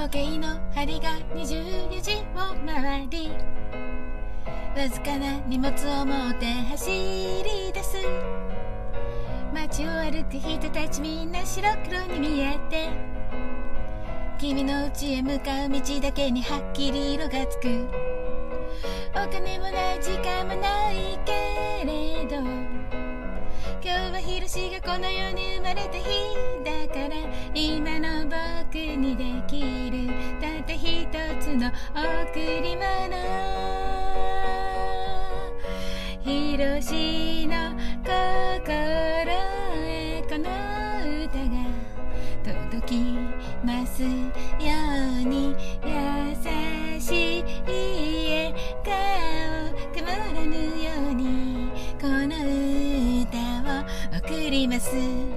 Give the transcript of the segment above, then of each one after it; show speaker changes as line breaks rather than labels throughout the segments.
時計の針が24時を回り、わずかな荷物を持って走り出す。街を歩く人たちみんな白黒に見えて、君の家へ向かう道だけにはっきり色がつく。お金もない時間もないけれど、今日はひろしがこの世に生まれた日だから、今の僕にできるたった一つの贈り物。ひろしの心へこの歌が届きますように、優しい笑顔曇らぬようにこの歌を贈ります。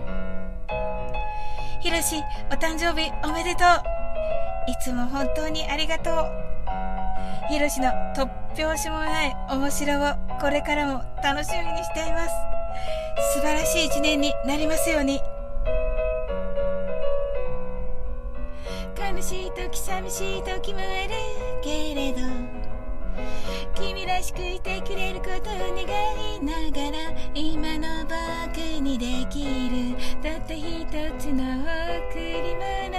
ひろし、お誕生日おめでとう。いつも本当にありがとう。ひろしの突拍子もない面白をこれからも楽しみにしています。素晴らしい一年になりますように。悲しい時寂しい時もあるけれど、君らしくいてくれることを願いながら、今の僕にできるたった一つの贈り物。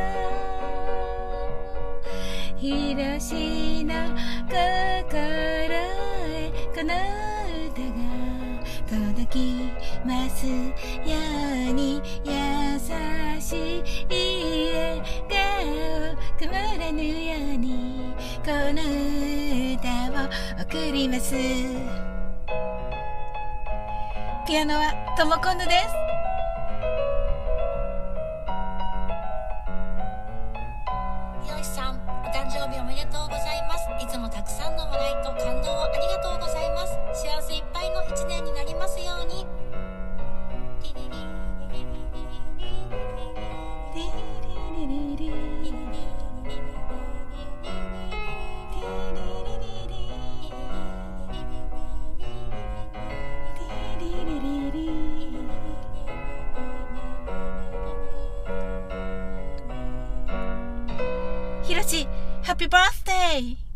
ひろしの心へこの歌が届きますように、優しい笑顔曇らぬようにこの歌を贈ります。ピアノはともこんぬです。
ひろしさん、お誕生日おめでとうございます。いつもたくさんの笑いと感動をありがとうございます。幸せいっぱいの一年になりますように。
ひろし、ハッピーバースデー。